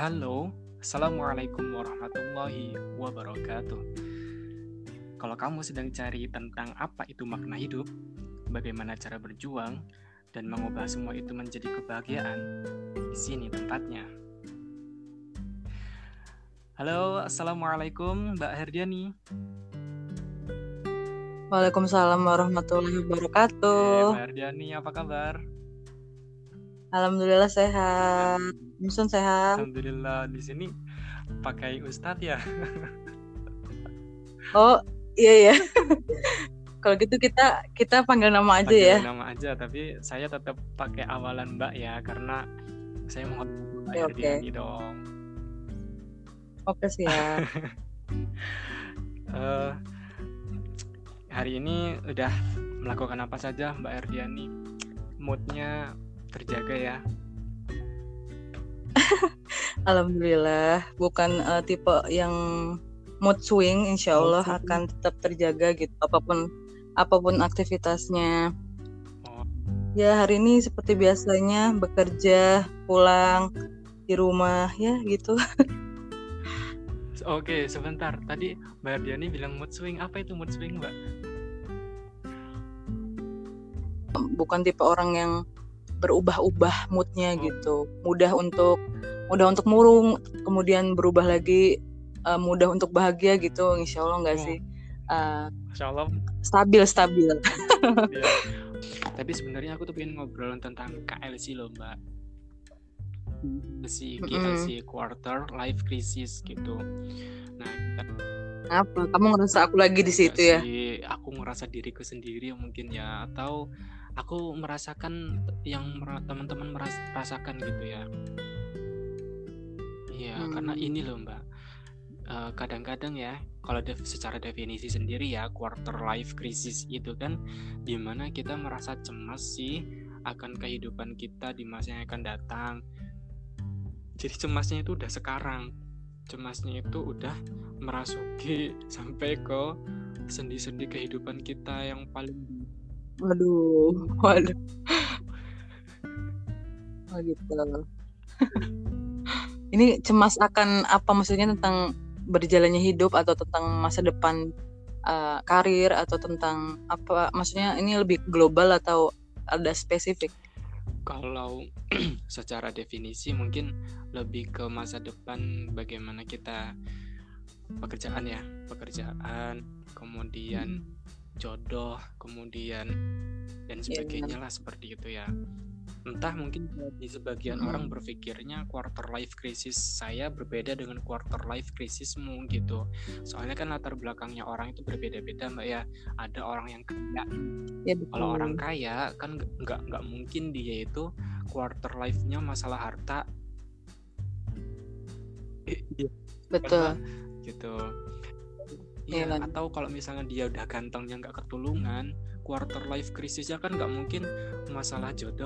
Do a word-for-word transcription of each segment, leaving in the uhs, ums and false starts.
Halo, Assalamualaikum warahmatullahi wabarakatuh. Kalau kamu sedang cari tentang apa itu makna hidup, bagaimana cara berjuang, dan mengubah semua itu menjadi kebahagiaan, di sini tempatnya. Halo, Assalamualaikum Mbak Herdiani. Waalaikumsalam warahmatullahi Eh, wabarakatuh. Mbak Herdiani, apa kabar? Alhamdulillah sehat. Musun sehat. Alhamdulillah, di sini pakai Ustadz ya. Oh iya ya. Kalau gitu kita kita panggil nama aja Panggil ya. nama aja, tapi saya tetap pakai awalan Mbak ya, karena saya mau Mbak Oke oke. Herdiani dong. Oke siap. Eh, hari ini udah melakukan apa saja Mbak Herdiani? Moodnya terjaga ya? Alhamdulillah. Bukan uh, tipe yang mood swing. Insya Allah Mood swing. akan tetap terjaga gitu. Apapun apapun aktivitasnya. Oh, Ya hari ini seperti biasanya bekerja, pulang di rumah ya gitu. Oke, sebentar. Tadi Mbak Herdiani bilang mood swing. Apa itu mood swing, Mbak? Bukan tipe orang yang berubah-ubah moodnya Oh. gitu, mudah untuk mudah untuk murung, kemudian berubah lagi, uh, mudah untuk bahagia gitu. Insya Allah nggak Oh. sih, uh, Masya Allah. stabil stabil. Ya. Tapi sebenarnya aku tuh pengen ngobrol tentang K L C loh, Mbak. Si K L C, Quarter Life Crisis gitu. Nah, kita apa? Kamu ngerasa aku lagi di situ ya? sih, aku ngerasa diriku sendiri mungkin ya, atau aku merasakan yang teman-teman merasakan gitu ya. Iya, hmm. karena ini loh Mbak, uh, kadang-kadang ya, kalau def- secara definisi sendiri ya, quarter life crisis itu kan dimana kita merasa cemas sih akan kehidupan kita di masa yang akan datang. Jadi cemasnya itu udah sekarang, cemasnya itu udah merasuki sampai ke sendi-sendi kehidupan kita yang paling. Waduh, waduh. Oh gitu. Ini cemas akan apa, maksudnya tentang berjalannya hidup atau tentang masa depan uh, karir atau tentang apa? Maksudnya ini lebih global atau ada spesifik? Kalau secara definisi mungkin lebih ke masa depan, bagaimana kita pekerjaan ya, pekerjaan, kemudian hmm. jodoh, kemudian dan sebagainya yeah. lah seperti itu ya. Entah mungkin di sebagian hmm. orang berpikirnya quarter life crisis saya berbeda dengan quarter life crisismu gitu. Soalnya kan latar belakangnya orang itu berbeda-beda Mbak ya. Ada orang yang kaya. Ya, kalau orang kaya kan nggak nggak mungkin dia itu quarter life-nya masalah harta. Betul. Gitu. Iya, ya, atau kalau misalnya dia udah gantengnya nggak ketulungan, quarter life crisisnya kan nggak mungkin masalah jodoh.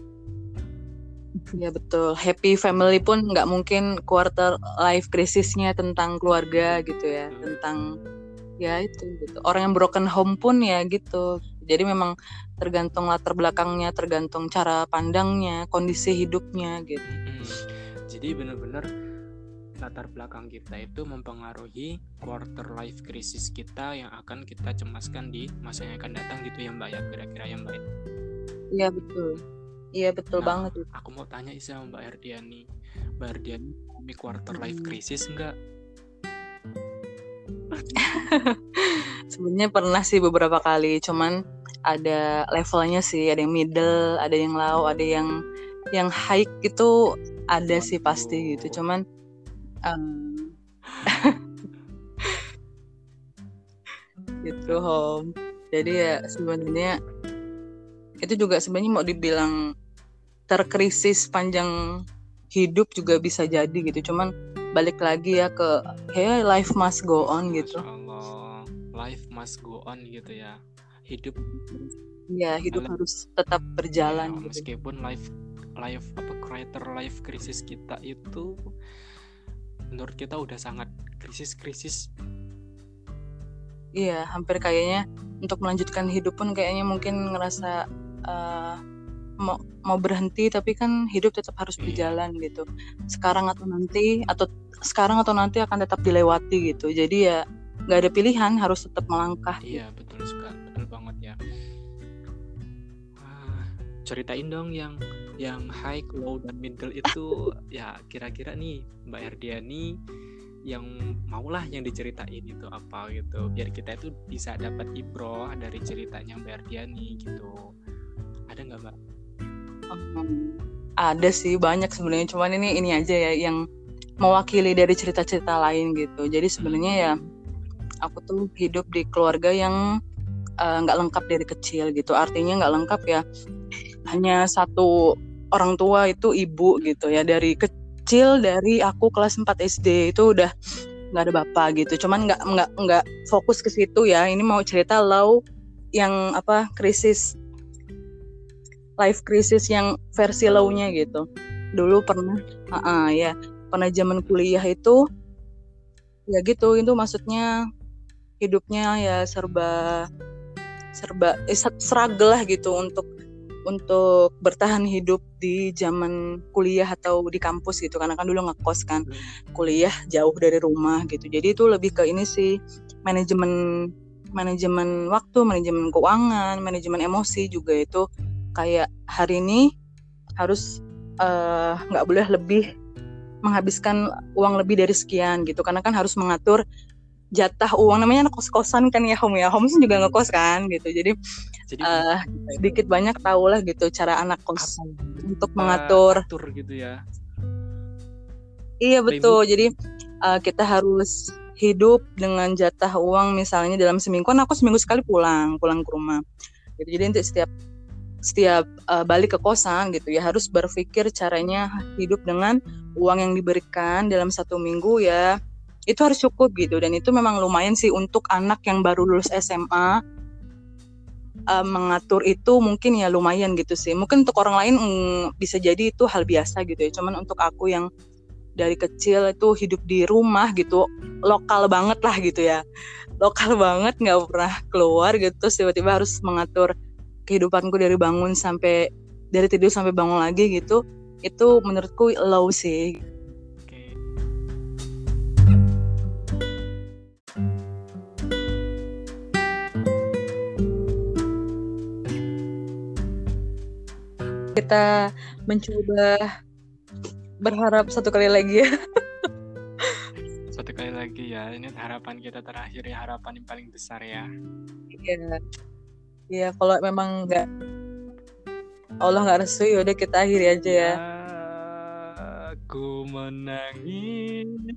Ya betul, happy family pun nggak mungkin quarter life crisisnya tentang keluarga gitu ya, hmm. tentang ya itu gitu. Orang yang broken home pun ya gitu. Jadi memang tergantung latar belakangnya, tergantung cara pandangnya, kondisi hidupnya gitu. Hmm. Jadi benar-benar latar belakang kita itu mempengaruhi quarter life crisis kita yang akan kita cemaskan di masa yang akan datang gitu ya Mbak ya, kira-kira ya Mbak. Iya betul. Iya betul nah, banget. Aku mau tanya sama Mbak Herdiani, Mbak Herdiani punya quarter life crisis enggak? Sebenarnya pernah sih beberapa kali, cuman ada levelnya sih, ada yang middle, ada yang low, ada yang yang high gitu, ada Waduh. sih pasti gitu, cuman um, gitu home. Jadi ya sebenarnya itu juga sebenarnya mau dibilang terkrisis panjang hidup juga bisa jadi gitu, cuman balik lagi ya ke hey life must go on gitu. Masya Allah, life must go on gitu ya, hidup ya hidup Alam. harus tetap berjalan ya, gitu. Meskipun life life apa quarter life krisis kita itu menurut kita udah sangat krisis-krisis. Iya, hampir kayaknya untuk melanjutkan hidup pun kayaknya mungkin ngerasa uh, mau mau berhenti, tapi kan hidup tetap harus Iya. berjalan gitu. Sekarang atau nanti atau sekarang atau nanti akan tetap dilewati gitu. Jadi ya nggak ada pilihan, harus tetap melangkah. Iya, betul sekali, betul banget ya. Ah, ceritain dong yang yang high, low, dan middle itu ya kira-kira nih Mbak Herdiani yang maulah yang diceritain itu apa gitu, biar kita itu bisa dapat ibroh dari ceritanya Mbak Herdiani gitu. Ada nggak Mbak? Hmm, ada sih banyak sebenarnya, cuman ini ini aja ya yang mewakili dari cerita-cerita lain gitu. Jadi sebenarnya ya aku tuh hidup di keluarga yang nggak uh, lengkap dari kecil gitu. Artinya nggak lengkap ya, hanya satu orang tua, itu ibu gitu ya. Dari kecil, dari aku kelas empat S D itu udah nggak ada bapak gitu. Cuman nggak nggak nggak fokus ke situ ya. Ini mau cerita low yang apa, krisis life crisis yang versi low-nya gitu. Dulu pernah uh-uh, ya pernah zaman kuliah itu ya gitu, itu maksudnya hidupnya ya serba serba eh, struggle lah gitu untuk untuk bertahan hidup di zaman kuliah atau di kampus gitu, karena kan dulu ngekos kan, kuliah jauh dari rumah gitu. Jadi itu lebih ke ini sih, manajemen manajemen waktu, manajemen keuangan, manajemen emosi juga. Itu kayak hari ini harus nggak uh, boleh lebih menghabiskan uang lebih dari sekian gitu, karena kan harus mengatur jatah uang. Namanya anak kos-kosan kan ya, home ya, home juga ngekos kan gitu. Jadi, Jadi uh, sedikit banyak tahulah gitu cara anak kos untuk mengatur atur gitu ya. Iya betul. Jadi uh, kita harus hidup dengan jatah uang, misalnya dalam seminggu kan aku seminggu sekali pulang pulang ke rumah gitu. Jadi untuk setiap setiap uh, balik ke kosan gitu ya harus berpikir caranya hidup dengan uang yang diberikan dalam satu minggu ya, itu harus cukup gitu. Dan itu memang lumayan sih untuk anak yang baru lulus S M A, uh, mengatur itu mungkin ya lumayan gitu sih. Mungkin untuk orang lain mm, bisa jadi itu hal biasa gitu ya, cuman untuk aku yang dari kecil itu hidup di rumah gitu, lokal banget lah gitu ya, lokal banget, nggak pernah keluar gitu, terus tiba-tiba harus mengatur kehidupanku dari bangun sampai dari tidur sampai bangun lagi gitu, itu menurutku low sih. Okay. Kita mencoba berharap satu kali lagi ya. Satu kali lagi ya, ini harapan kita terakhir ya, harapan yang paling besar ya. Iya. Ya kalau memang nggak, Allah nggak restu, yaudah kita akhiri aja ya. ya aku menangis.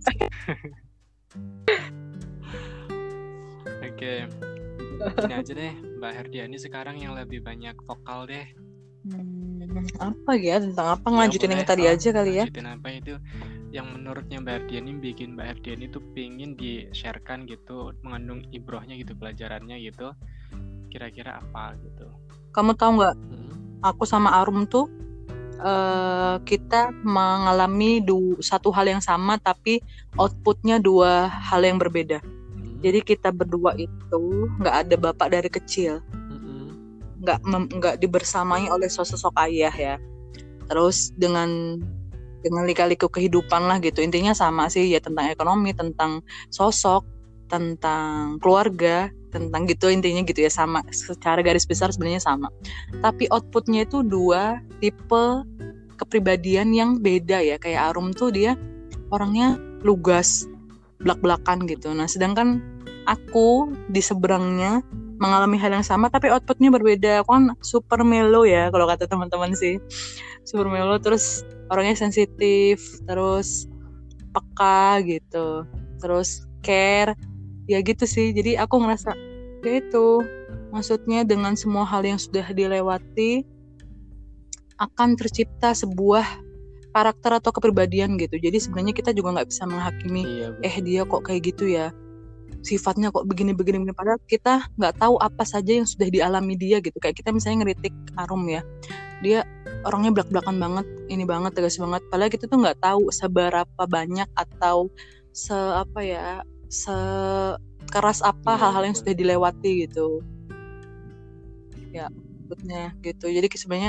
Oke, okay. Ini aja deh Mbak Herdiani sekarang yang lebih banyak vokal deh. Hmm, apa ya, tentang apa? Ngelanjutin ya, yang tadi oh, aja kali ya. Lanjutin apa itu yang menurutnya Mbak Herdiani bikin Mbak Herdiani tuh pingin di-sharekan gitu, mengandung ibrohnya gitu, pelajarannya gitu. Kira-kira apa gitu? Kamu tahu nggak? Hmm. Aku sama Arum tuh uh, kita mengalami du- satu hal yang sama, tapi outputnya dua hal yang berbeda. Hmm. Jadi kita berdua itu nggak ada bapak dari kecil, hmm. nggak mem- nggak dibersamai oleh sosok ayah ya. Terus dengan dengan lika-liku kehidupan lah gitu. Intinya sama sih ya, tentang ekonomi, tentang sosok, tentang keluarga, tentang gitu intinya gitu ya, sama secara garis besar sebenarnya sama, tapi outputnya itu dua tipe kepribadian yang beda ya. Kayak Arum tuh dia orangnya lugas, belak-belakan gitu, nah sedangkan aku di seberangnya mengalami hal yang sama tapi outputnya berbeda. Aku kan super mellow ya kalau kata teman-teman sih, super mellow, terus orangnya sensitif, terus peka gitu, terus care ya gitu sih. Jadi aku ngerasa ya itu, maksudnya dengan semua hal yang sudah dilewati akan tercipta sebuah karakter atau kepribadian gitu. Jadi sebenarnya kita juga nggak bisa menghakimi, iya, eh dia kok kayak gitu ya, sifatnya kok begini-begini, padahal kita nggak tahu apa saja yang sudah dialami dia gitu. Kayak kita misalnya ngeritik Arum ya, dia orangnya belak-belakan banget, ini banget, tegas banget, padahal kita tuh nggak tahu seberapa banyak atau se apa ya, se keras apa ya, hal-hal yang sudah dilewati gitu ya, maksudnya gitu. Jadi sebenarnya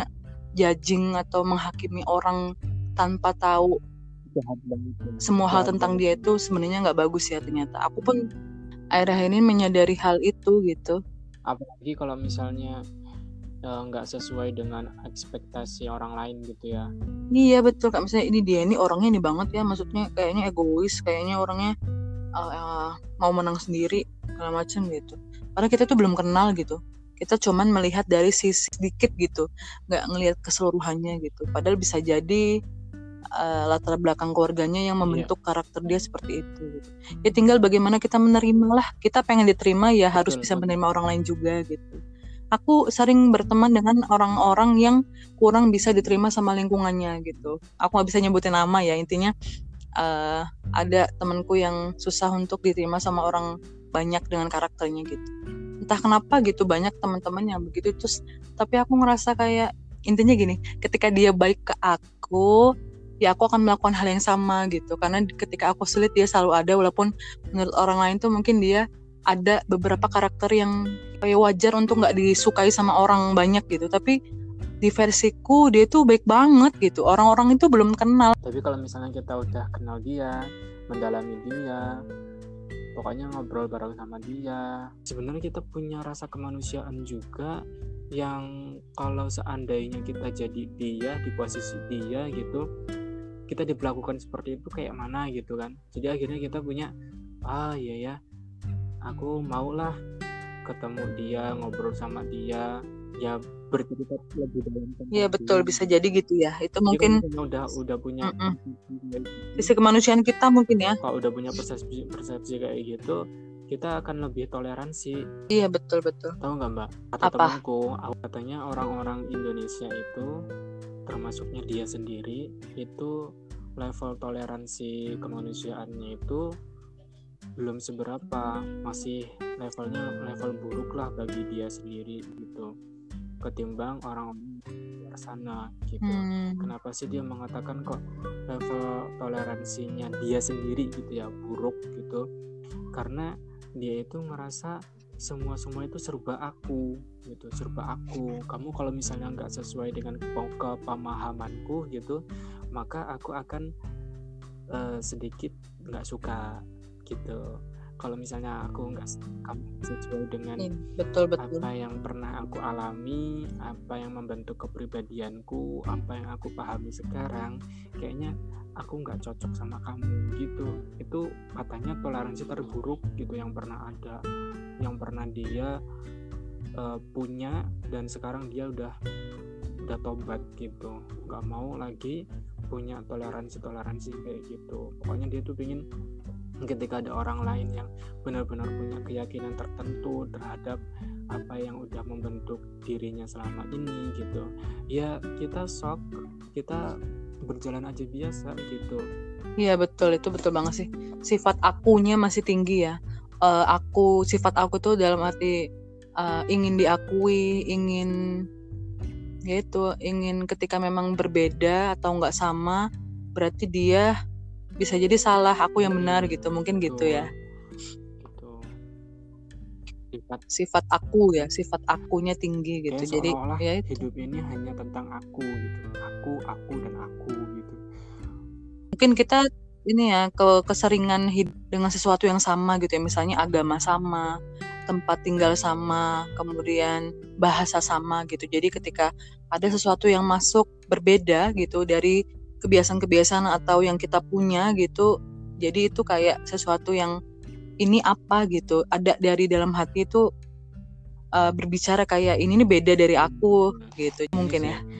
judging atau menghakimi orang tanpa tahu Jahat banget ya. semua hal Jahat tentang banget. dia itu sebenarnya nggak bagus ya ternyata. Aku pun akhir-akhir ini menyadari hal itu gitu. Apalagi kalau misalnya eh, nggak sesuai dengan ekspektasi orang lain gitu ya. Iya betul, Kak. Misalnya ini dia ini orangnya ini banget ya, maksudnya kayaknya egois, kayaknya orangnya uh, uh, mau menang sendiri segala macam gitu. Padahal kita tuh belum kenal gitu. Kita cuman melihat dari sisi sedikit gitu, nggak ngelihat keseluruhannya gitu. Padahal bisa jadi uh, latar belakang keluarganya yang membentuk yeah. karakter dia seperti itu. Gitu. Ya tinggal bagaimana kita menerima lah. Kita pengen diterima ya betul, harus bisa betul. menerima orang lain juga gitu. Aku sering berteman dengan orang-orang yang kurang bisa diterima sama lingkungannya gitu. Aku nggak bisa nyebutin nama ya, intinya uh, ada temanku yang susah untuk diterima sama orang banyak dengan karakternya gitu. Entah kenapa gitu, banyak teman-teman yang begitu terus. Tapi aku ngerasa kayak intinya gini, ketika dia baik ke aku, ya aku akan melakukan hal yang sama gitu. Karena ketika aku sulit dia selalu ada, walaupun menurut orang lain tuh mungkin dia ada beberapa karakter yang kayak wajar untuk nggak disukai sama orang banyak gitu, tapi di versiku dia tuh baik banget gitu. Orang-orang itu belum kenal. Tapi kalau misalnya kita udah kenal dia, mendalami dia, pokoknya ngobrol bareng sama dia, sebenarnya kita punya rasa kemanusiaan juga yang kalau seandainya kita jadi dia di posisi dia gitu, kita diperlakukan seperti itu kayak mana gitu kan. Jadi akhirnya kita punya ah iya ya, aku maulah ketemu dia, ngobrol sama dia, ya bercerita lebih dalam. Iya betul, bisa jadi gitu ya. Itu mungkin udah udah punya sisi kemanusiaan kita mungkin ya. Kalau udah punya persepsi persepsi kayak gitu, kita akan lebih toleransi. Iya betul betul. Tahu nggak Mbak? Kata temanku, katanya orang-orang Indonesia itu, termasuknya dia sendiri, itu level toleransi kemanusiaannya itu belum seberapa, masih levelnya level buruk lah bagi dia sendiri gitu, ketimbang orang-orang di luar sana gitu. Hmm. Kenapa sih dia mengatakan kok level toleransinya dia sendiri gitu ya buruk gitu? Karena dia itu ngerasa semua-semua itu serba aku gitu, serba aku. Kamu kalau misalnya nggak sesuai dengan kepemahamanku gitu, maka aku akan uh, sedikit nggak suka gitu. Kalau misalnya aku nggak kamu sesuai dengan betul, betul. apa yang pernah aku alami, apa yang membentuk kepribadianku, apa yang aku pahami sekarang, kayaknya aku nggak cocok sama kamu gitu. Itu katanya toleransi terburuk gitu yang pernah ada, yang pernah dia uh, punya, dan sekarang dia udah udah tobat gitu, nggak mau lagi punya toleransi toleransi kayak gitu. Pokoknya dia tuh pengen ketika ada orang lain yang benar-benar punya keyakinan tertentu terhadap apa yang udah membentuk dirinya selama ini gitu, ya kita shock, kita berjalan aja biasa gitu. Iya betul, itu betul banget sih. Sifat akunya masih tinggi ya. Uh, aku sifat aku tuh dalam arti uh, ingin diakui, ingin yaitu ingin ketika memang berbeda atau nggak sama, berarti dia bisa jadi salah, aku yang benar gitu, mungkin gitu, gitu ya. Gitu. Sifat sifat aku ya, sifat akunya tinggi gitu. Kayak jadi ya hidup ini hanya tentang aku gitu, aku, aku dan aku gitu. Mungkin kita ini ya ke keseringan hidup dengan sesuatu yang sama gitu ya, misalnya agama sama, tempat tinggal sama, kemudian bahasa sama gitu. Jadi ketika ada sesuatu yang masuk berbeda gitu dari kebiasaan-kebiasaan atau yang kita punya gitu, jadi itu kayak sesuatu yang ini apa gitu, ada dari dalam hati itu uh, berbicara kayak ini nih beda dari aku gitu, mungkin ya.